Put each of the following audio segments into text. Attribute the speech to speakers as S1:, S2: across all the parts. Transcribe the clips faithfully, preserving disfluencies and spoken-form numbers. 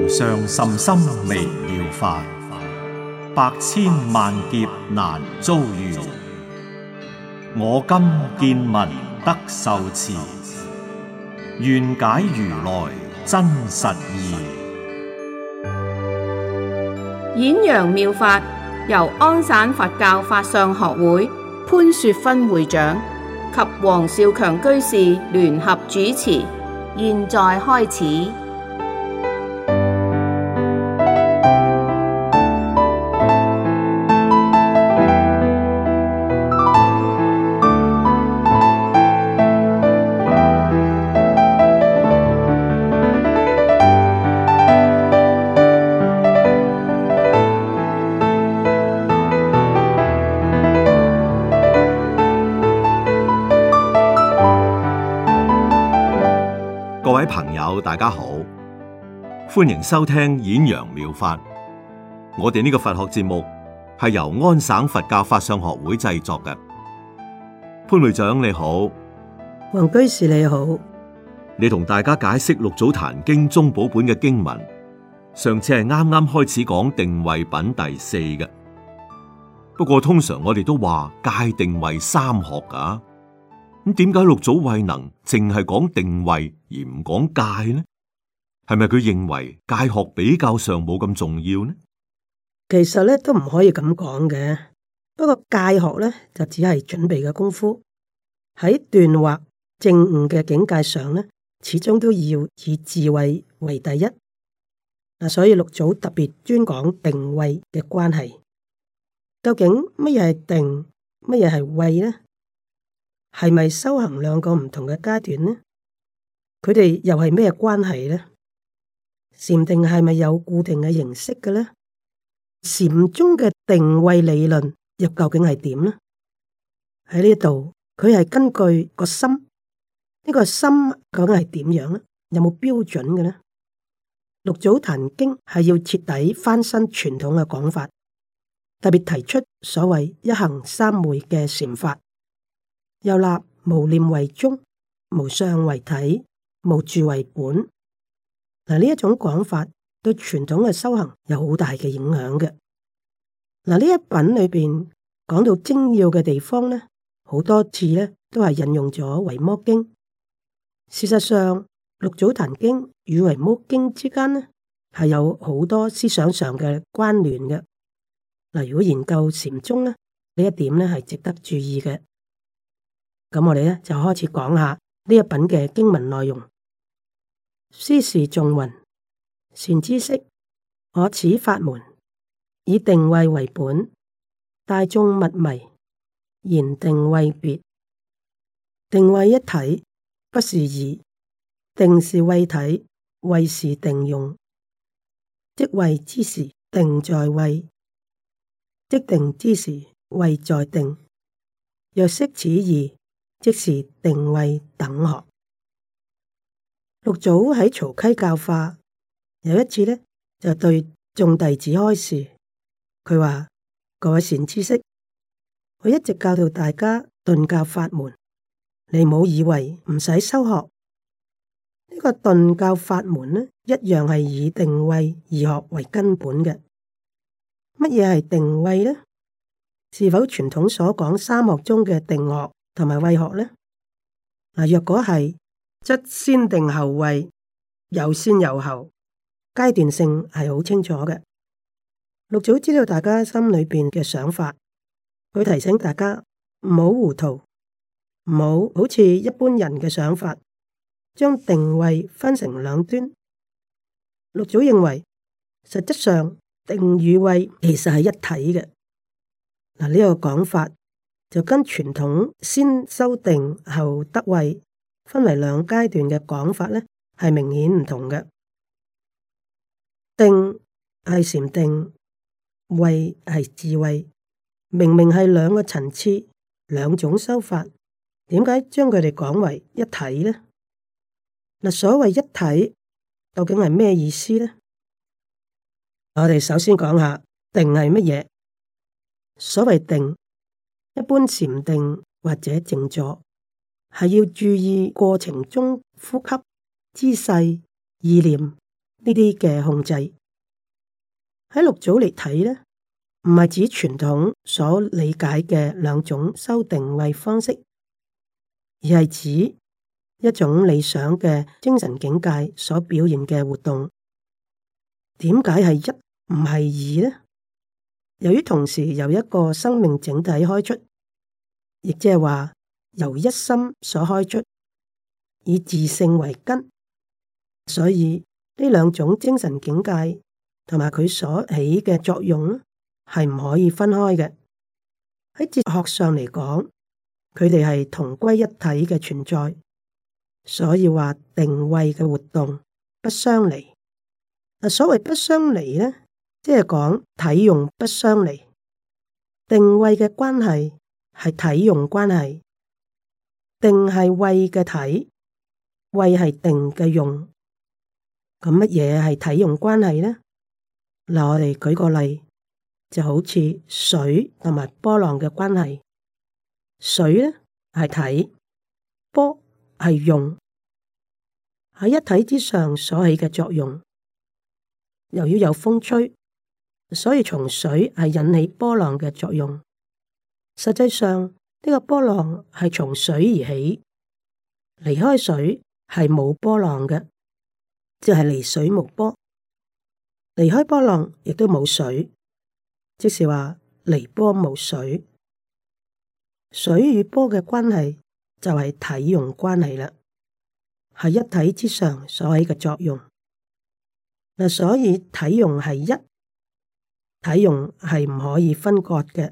S1: 無上甚深微妙法，百千萬劫難遭遇。我今見聞得受持，願解如來真實義。
S2: 演揚妙法由安省佛教法相學會潘雪芬會長及黃少強居士聯合主持，現在開始。
S1: 各位朋友，大家好，歡迎收聽演揚妙法。我哋呢個佛學節目係由安省佛教法相學會製作嘅。潘會長你好，
S3: 黃居士你好，
S1: 你同大家解釋六祖壇經宗寶本嘅經文。上次係啱啱開始講定慧品第四嘅，不過通常我哋都話戒定慧三學噶。咁點解六祖慧能淨係講定慧而唔講戒呢？係咪佢認為戒學比較上冇咁重要呢？
S3: 其實咧都唔可以咁講嘅。不過戒學咧就只係準備嘅功夫，喺斷惑證悟嘅境界上咧，始終都要以智慧為第一。嗱，所以六祖特別專講定慧嘅關係。究竟乜嘢係定，乜嘢係慧呢？係咪修行兩個唔同嘅階段呢？佢哋又係咩關係呢？禪定係咪有固定嘅形式嘅呢？禪宗嘅定慧理論又究竟係點呢？喺呢度佢係根據個心，呢個心究竟係點樣呢？有冇標準嘅呢？六祖壇經係要徹底翻新傳統嘅講法，特別提出所謂一行三昧嘅禪法。又立無念為宗，無相為體，無住為本。嗱，呢一種講法對傳統嘅修行有好大嘅影響嘅。嗱，呢一品裏邊講到精要嘅地方咧，好多次咧都係引用咗維摩經。事實上，六祖壇經與維摩經之間咧係有好多思想上嘅關聯嘅。嗱，如果研究禪宗咧，呢一點咧係值得注意嘅。咁我哋咧就開始講下呢一品嘅經文內容。師示頌云：善知識，我此法門以定慧為本，大眾密迷，言定慧別。定慧一體，不是二；定是慧體，慧是定用。即慧之時，定在慧；即定之時，慧在定。若識此義，即是定慧等學。六祖喺曹溪教化，有一次呢，就對眾弟子開示，佢話：各位善知識，我一直教導大家頓教法門，你唔好以為唔使修學。呢、這個頓教法門呢，一樣係以定慧二學為根本嘅。乜嘢係定慧呢？是否傳統所講三學中嘅定學同埋慧學呢？嗱，若果係，則先定後慧，有先有後，階段性係好清楚嘅。六祖知道大家心裏邊嘅想法，佢提醒大家唔好糊塗，唔好好似一般人嘅想法，將定慧分成兩端。六祖認為，實質上定與慧其實係一體嘅。嗱，呢個講法就跟傳統先修定後得慧分為兩階段嘅講法呢，係明顯唔同嘅。定係禪定，慧係智慧，明明係兩個層次、兩種修法，點解將佢哋講為一體呢？嗱，所謂一體究竟係咩意思呢？我哋首先講下定係乜嘢。所謂定，一般禪定或者靜坐，係要注意過程中呼吸、姿勢、意念， 呢啲嘅控制。喺六祖嚟睇呢，唔係指傳統所理解嘅兩種修定慧方式，而係指一種理想嘅精神境界所表現嘅活動。點解係一唔係二呢？由於同時由一個生命整體開出，亦即係話由一心所開出，以自性為根，所以呢兩種精神境界同埋佢所起嘅作用係唔可以分開嘅。喺哲學上嚟講，佢哋係同歸一體嘅存在，所以話定慧嘅活動不相離。嗱，所謂不相離呢，即係講體用不相離。定慧嘅關係係體用關係，定係慧嘅體，慧係定嘅用。咁乜嘢係體用關係呢？嗱，我哋舉個例，就好似水同埋波浪嘅關係。水呢係體，波係用，喺一體之上所起嘅作用。由於有風吹，所以從水係引起波浪嘅作用。實際上呢個波浪係從水而起，離開水係冇波浪嘅，即係離水無波。離開波浪亦都冇水，即是話離波無水。水與波嘅關係就係體用關係啦，係一體之上所起嘅作用。嗱，所以體用係一，體用係唔可以分割嘅。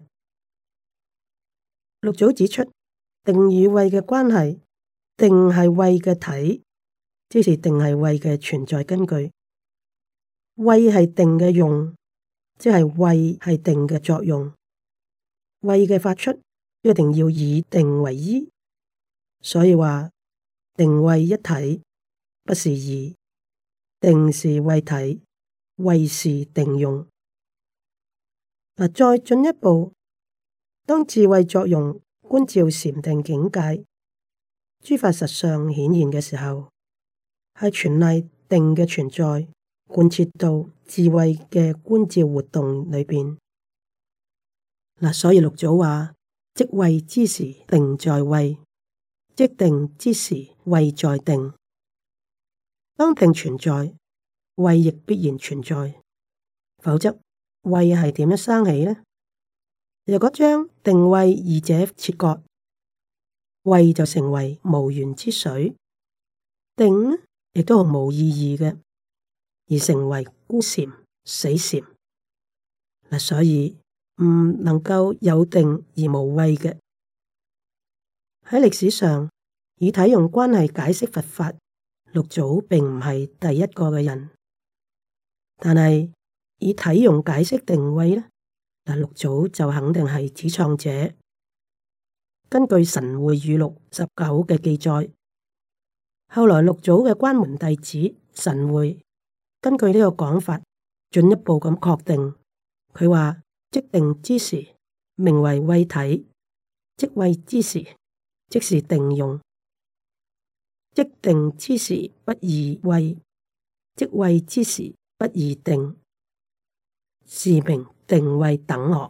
S3: 六祖指出，定與慧嘅關係，定係慧嘅體，即是定係慧嘅存在根據；慧係定嘅用，即係慧係定嘅作用。慧嘅發出一定要以定為依，所以話定慧一體，不是二。定是慧體，慧是定用。嗱，再進一步，當智慧作用觀照禪定境界，諸法實相顯現嘅時候，係全賴定嘅存在，貫徹到智慧嘅觀照活動裏邊。嗱，所以六祖話：即慧之時，定在慧；即定之時，慧在定。當定存在，慧亦必然存在，否則慧係點樣生起呢？如果將定慧二者切割，慧就成為無源之水，定亦都毫無意義嘅，而成為孤禪、死禪。嗱，所以唔能夠有定而無慧嘅。喺歷史上，以體用關係解釋佛法，六祖並唔係第一個嘅人，但係以體用解釋定慧呢，嗱，六祖就肯定係始創者。根據《神會語錄》十九嘅記載，後來六祖嘅關門弟子神會根據呢個講法，進一步咁確定，佢話即定之時，名為慧體；即慧之時，即是定用。即定之時不異慧，即慧之時不異定，是名定慧等學。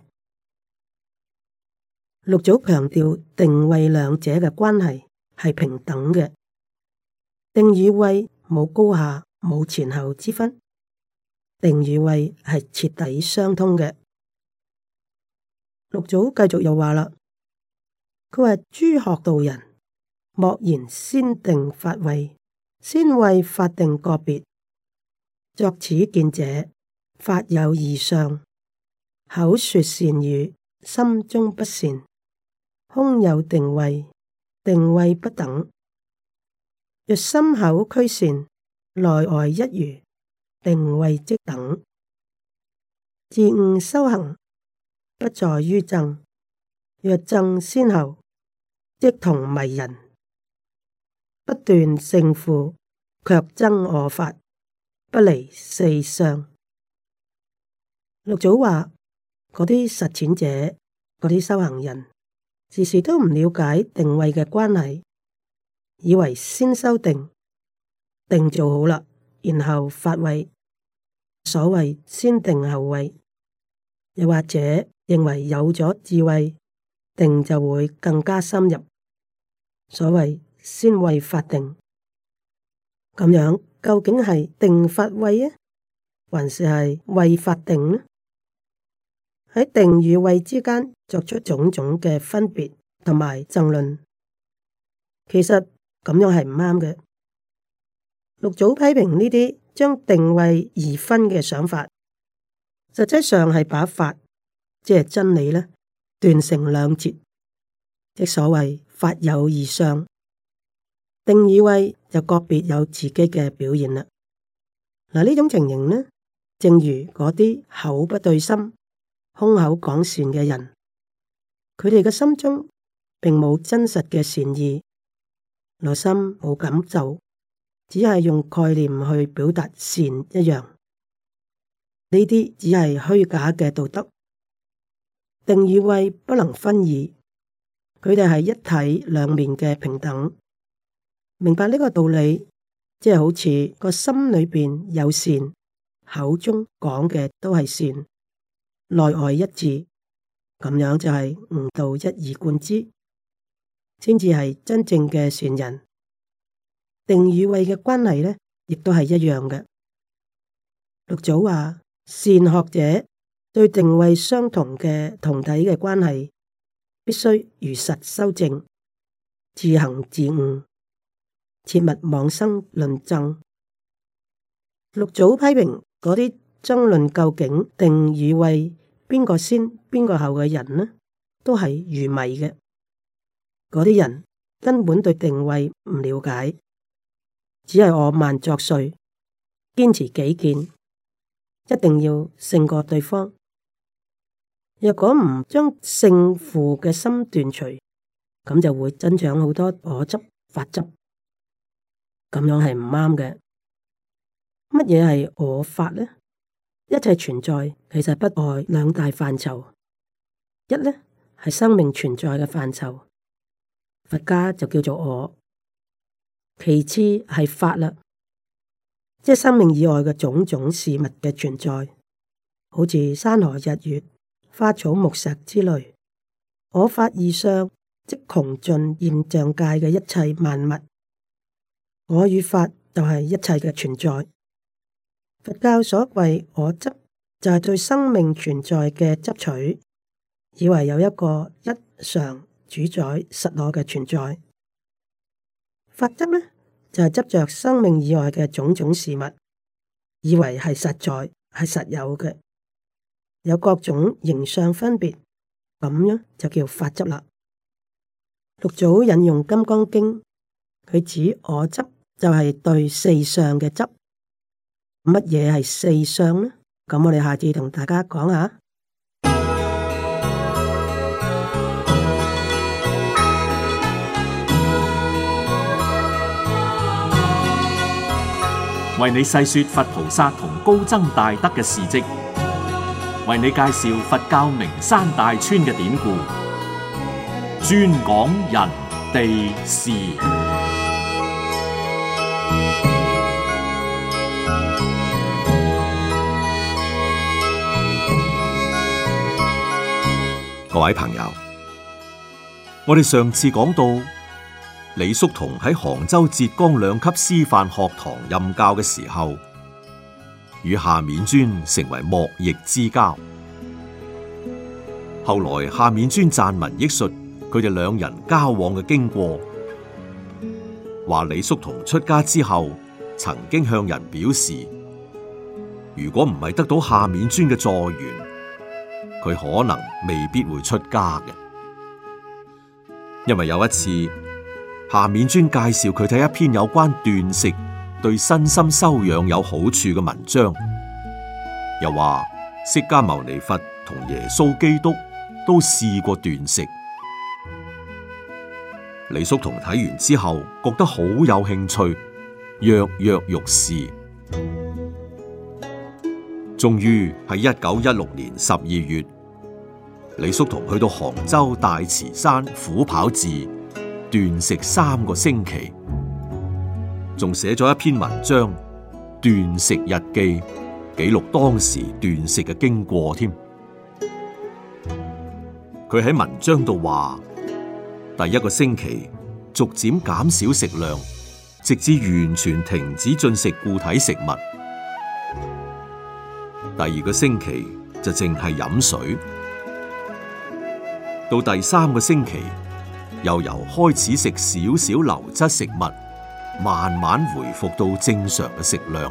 S3: 六祖強調定慧兩者嘅關係係平等嘅，定與慧冇高下，冇前後之分，定與慧係徹底相通嘅。六祖繼續又話啦，佢話諸學道人，莫言先定法慧，先慧法定各別。作此見者，法有二相，口說善語，心中不善，空有定慧，定慧不等。若心口俱善，內外一如，定慧即等。自悟修行，不在於諍，若諍先後，即同迷人。不斷勝負，卻憎我法，不離四相。六祖話：嗰啲實踐者，嗰啲修行人，時時都唔了解定慧嘅關係，以為先修定，定做好啦，然後發慧， 所謂先定後慧，又或者認為有咗智慧，定就會更加深入，所謂先慧法定。咁樣究竟係定法慧啊，還是係慧法定呢？喺定與慧之間作出種種嘅分別同埋爭論，其實咁樣係唔啱嘅。六祖批評呢啲將定慧二分嘅想法，實際上係把法即係真理呢斷成兩截，即所謂法有二相，定與慧就個別有自己嘅表現啦。嗱，呢種情形呢，正如嗰啲口不對心、空口講善嘅人，佢哋嘅心中並冇真實嘅善意，內心冇感受，只係用概念去表達善一樣。呢啲只係虛假嘅道德。定與慧不能分二，佢哋係一體兩面嘅平等。明白呢個道理，即係好似個心裏邊有善，口中講嘅都係善，內外一致，咁樣就係悟道一以貫之，先至係真正嘅善人。定與慧嘅關係呢，亦都係一樣嘅。六祖話：善學者對定慧相同嘅同體嘅關係，必須如實修正，自行自悟，切勿妄生論爭。六祖批評嗰啲爭論究竟定與慧邊個先邊個後嘅人呢，都係愚迷嘅。嗰啲人根本對定慧唔了解，只係我慢作祟，堅持己見，一定要勝過對方。若果唔將勝負嘅心斷除，咁就會增長好多我執、法執，咁樣係唔啱嘅。乜嘢係我法呢？一切存在其實不外兩大範疇，一呢係生命存在嘅範疇，佛家就叫做我；其次係法啦，即係生命以外嘅種種事物嘅存在，好似山河日月、花草木石之類。我法以上，即窮盡現象界嘅一切萬物。我與法就係一切嘅存在。佛教所謂我執，就係對生命存在嘅執取，以為有一個一常主宰實我嘅存在。法執呢，就係執着生命以外嘅種種事物，以為係實在係實有嘅，有各種形象分別，咁樣就叫法執啦。六祖引用《金剛經》，佢指我執就係對四相嘅執。乜嘢係四相呢？咁我哋下次同大家講下。
S1: 為你細說佛菩薩同高僧大德嘅事跡，為你介紹佛教名山大川嘅典故，專講人地事。各位朋友，我哋上次講到李叔同喺杭州浙江兩級師範學堂任教嘅時候，與夏丏尊成為莫逆之交。後來夏丏尊撰文憶述佢哋兩人交往嘅經過，話李叔同出家之後，曾經向人表示，如果唔係得到夏丏尊嘅助緣，佢可能未必會出家嘅。因為有一次，夏丏尊介紹佢睇一篇有關斷食對身心修養有好處嘅文章，又話釋迦牟尼佛同耶穌基督都試過斷食。李叔同睇完之後覺得好有興趣，躍躍欲試。終於喺一九一六年十二月，李叔同去到杭州大慈山虎跑寺斷食三個星期，仲寫咗一篇文章《斷食日記》， 記錄當時斷食嘅經過添。佢喺文章度話，第一個星期逐漸減少食量，直至完全停止進食固體食物。第二個星期就淨係飲水。到第三個星期，又由開始食少少流質食物，慢慢回復到正常嘅食量。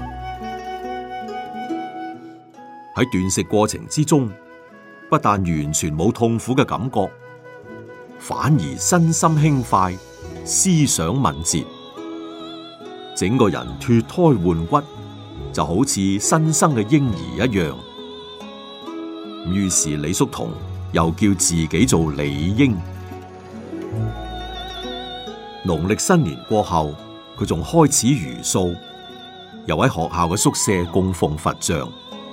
S1: 喺斷食過程之中，不但完全冇痛苦嘅感覺，反而身心輕快，思想敏捷，整個人脫胎換骨，就好似新生嘅嬰兒一樣。於是李叔同又叫自己做李嬰。農曆新年過後，佢仲開始茹素，又喺學校嘅宿舍供奉佛像。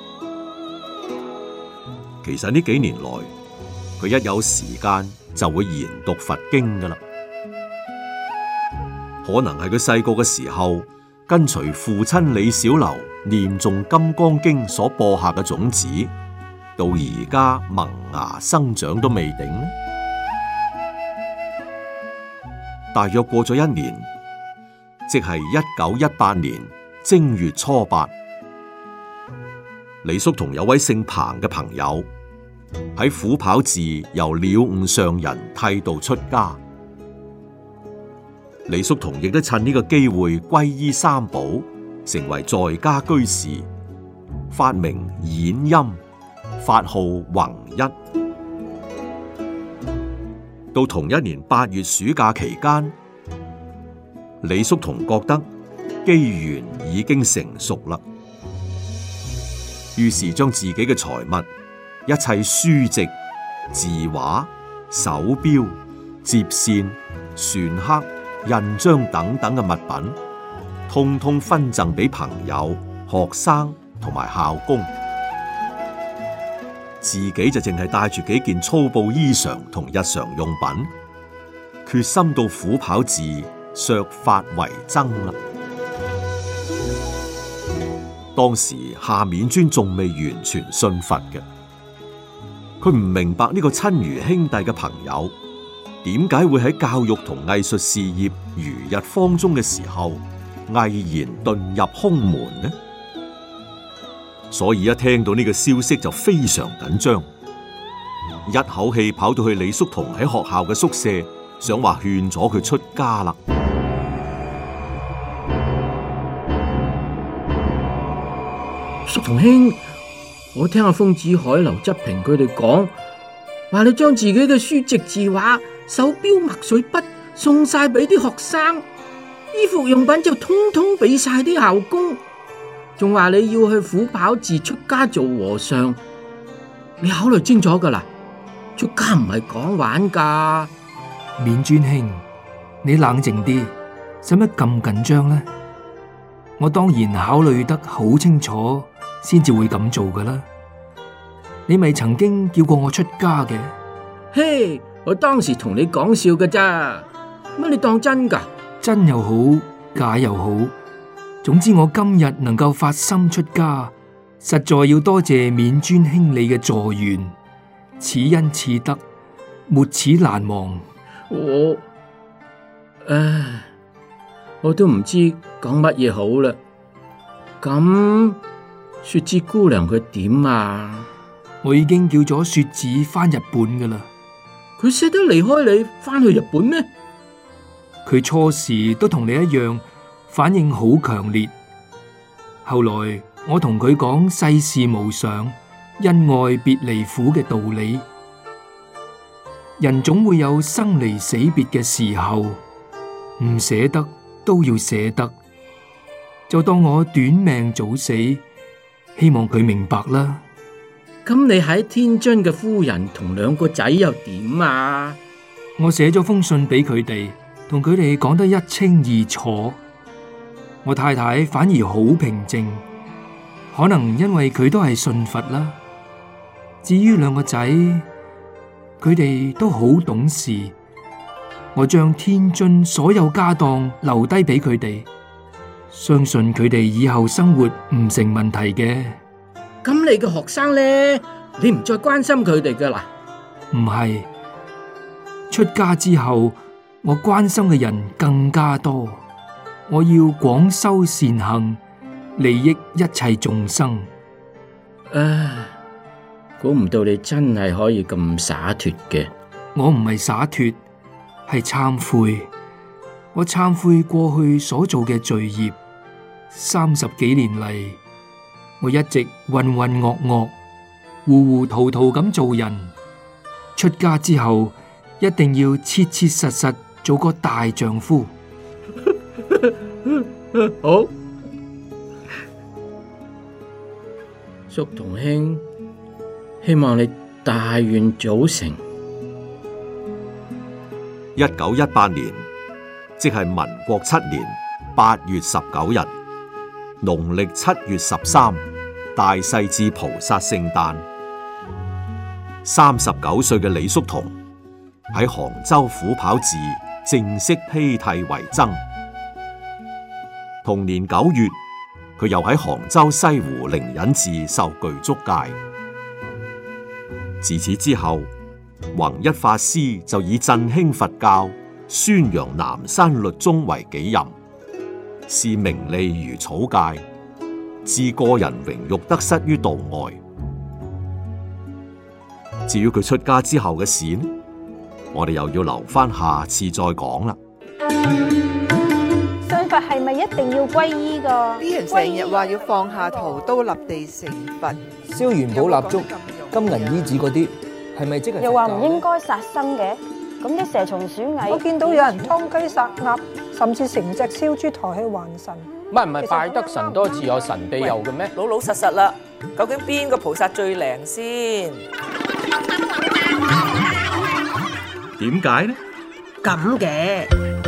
S1: 其實呢幾年來，佢一有時間就會研讀佛經㗎喇。可能係佢細個嘅時候跟隨父親李小樓念誦《金剛經》所播下嘅種子，到而家萌芽生長都未定。大約過咗一年，即係一九一八年正月初八，李叔同有位姓彭嘅朋友喺虎跑寺由了悟上人剃度出家。李叔同亦都趁呢個機會皈依三寶，成為在家居士，發明演音，法號弘一。到同一年八月暑假期間，李叔同覺得機緣已經成熟啦，於是將自己嘅財物、一切書籍、字畫、手錶、摺扇、篆刻、印章等等嘅物品，通通分贈俾朋友、學生同埋校工，自己就淨係帶住幾件粗布衣裳同日常用品，決心到虎跑寺削髮為僧啦。當時夏丏尊仲未完全信佛嘅，佢唔明白呢個親如兄弟嘅朋友點解會喺教育同藝術事業如日方中嘅時候毅然遁入空門呢？所以一聽到呢個消息就非常緊張，一口氣跑到去李叔同喺學校嘅宿舍，想話勸咗佢出家啦。
S4: 叔同兄，我聽阿豐子愷、劉則平佢哋講，話你將自己嘅書籍、字畫、手錶、墨水筆送晒俾啲學生，衣服用品就通通俾晒啲校工，仲話你要去虎跑寺出家做和尚，你考慮清楚噶啦，出家唔係講玩噶。
S5: 丏尊兄，你冷靜啲，使乜咁緊張呢？我當然考慮得好清楚，先至會咁做噶啦。你咪曾經叫過我出家嘅？
S4: 嘿，我當時同你講笑噶咋，乜你當真噶？
S5: 真又好，假又好，總之我今日能夠發心出家，實在要多謝丏尊兄你嘅助緣，此恩此德，沒齒難忘。
S4: 我，唉，我都唔知講乜嘢好啦。咁雪子姑娘佢點啊？
S5: 我已經叫咗雪子返日本噶啦。
S4: 佢捨得離開你返去日本咩？
S5: 佢初時都同你一樣，反應好強烈。後來我同佢講世事無常，恩愛別離苦嘅道理。人總會有生離死別嘅時候，唔捨得都要捨得，就當我短命早死，希望佢明白啦。
S4: 咁你喺天津嘅夫人同兩個仔又點啊？
S5: 我寫咗封信俾佢哋，同佢哋講得一清二楚。我太太反而好平靜，可能因為佢都係信佛啦。至於兩個仔，佢哋都好懂事，我將天津所有家當留低俾佢哋，相信佢哋以後生活唔成問題嘅。
S4: 咁你嘅學生呢？你唔再關心佢哋噶啦？
S5: 唔係，出家之後，我關心嘅人更加多。我要廣修善行，利益一切眾生。
S4: 唉，估唔到你真係可以咁灑脫嘅。
S5: 我唔係灑脫，係懺悔。我懺悔過去所做嘅罪孽。三十幾年嚟，我一直渾渾噩噩、糊糊塗塗咁做人。出家之後，一定要切切實實做個大丈夫。
S4: 好，叔同兄，希望你大願早成。
S1: 一九一八年，即係民國七年八月十九日，農曆七月十三，大勢至菩薩聖誕。三十九歲嘅李叔同喺杭州虎跑寺正式披剃為僧。同年九月，佢又喺杭州西湖靈隱寺受具足戒。自此之後，弘一法師就以振興佛教、宣揚南山律宗為己任，視名利如草芥，置個人榮辱得失於度外。至於佢出家之後嘅事呢，我哋又要留翻下，下次再講啦。
S6: 信佛係咪一定要皈依噶？
S7: 啲人成日話要放下屠刀立地成佛，
S8: 燒元寶蠟燭、金銀衣紙嗰啲，係咪即係？
S6: 又話唔應該殺生嘅，咁啲蛇蟲鼠蟻，
S9: 我見到有人劏雞殺鴨，甚至成隻燒豬抬去還神。
S8: 唔係唔係，拜得神多自有神庇佑嘅咩？
S10: 老老實實啦，究竟邊個菩薩最靈先？
S1: 點解呢？
S3: 咁嘅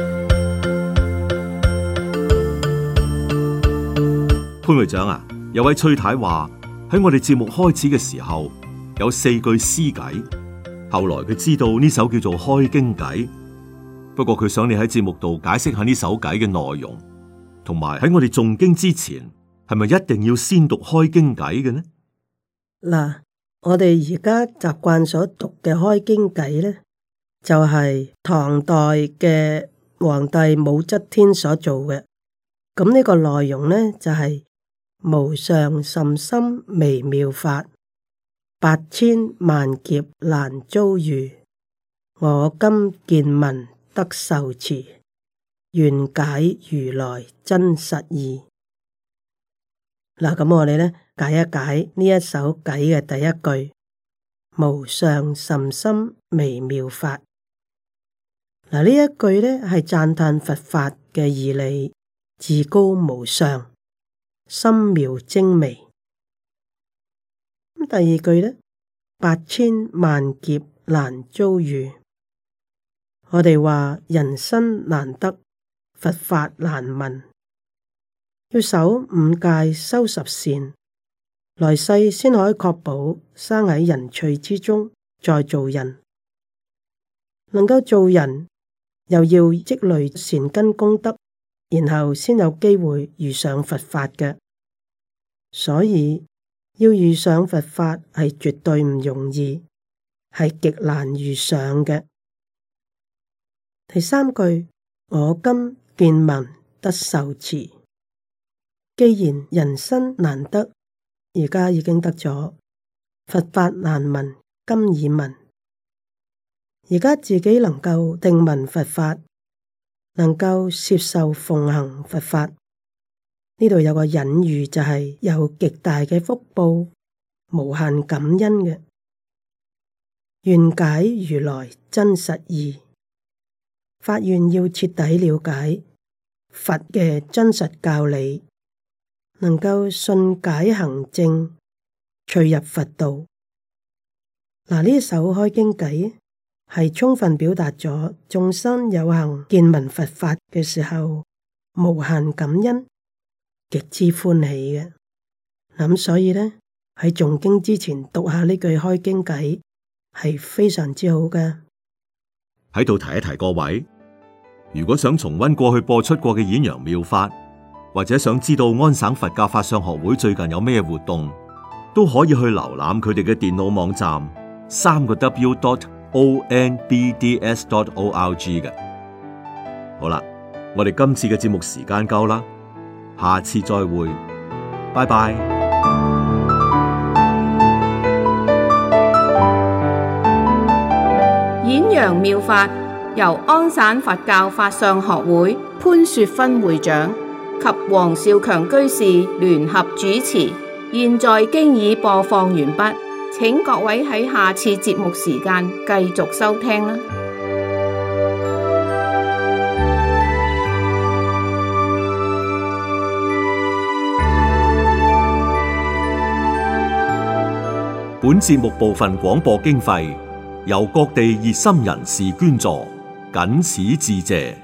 S1: 潘會長啊，有位崔太話喺我哋節目開始嘅時候有四句詩偈，後來佢知道呢首叫做《開經偈》，不過佢想你喺節目度解釋下呢首偈嘅內容，同埋喺我哋誦經之前係咪一定要先讀《開經偈》嘅呢？
S3: 嗱，我哋而家習慣所讀嘅《開經偈》咧，就係、是、唐代嘅皇帝武則天所做嘅。咁呢個內容咧就係、是、無上甚深微妙法，百千萬劫難遭遇，我今見聞得受持，願解如來真實義。嗱，咁我哋咧解一解呢一首偈嘅第一句，無上甚深微妙法。嗱，呢一句咧係讚歎佛法嘅義理至高無上，深妙精微。咁第二句咧，百千萬劫難遭遇。我哋話人生難得，佛法難聞，要守五戒修十善，來世先可以確保生喺人趣之中，再做人。能夠做人，又要積累善根功德，然後先有機會遇上佛法嘅。所以要遇上佛法係絕對唔容易，係極難遇上嘅。第三句，我今見聞得受持。既然人生難得，而家已經得咗，佛法難聞，今已聞。而家自己能夠聽聞佛法，能夠攝受奉行佛法，呢度有個隱喻，就係有極大嘅福報，無限感恩嘅。願解如來真實義，發願要徹底了解佛嘅真實教理，能夠信解行證，趣入佛道。嗱，呢一首開經偈係充分表達咗眾生有幸見聞佛法嘅時候，無限感恩，極之歡喜嘅。咁所以呢，喺誦經之前讀下呢句開經偈係非常之好嘅。
S1: 喺度提一提各位，如果想重溫過去播出過嘅演揚妙法，或者想知道安省佛教法相學會最近有咩活動， 都可以去瀏覽佢哋嘅電腦網站三個 W dot O N B D S dot O R G 嘅。好啦，我哋今次嘅節目時間夠啦，下次再會，拜拜。
S2: 演揚妙法由安省佛教法相學會潘雪芬會長及黃少強居士聯合主持，現在經已播放完畢，請各位喺下次節目時間繼續收聽啦。
S1: 本節目部分廣播經費由各地熱心人士捐助，謹此致謝。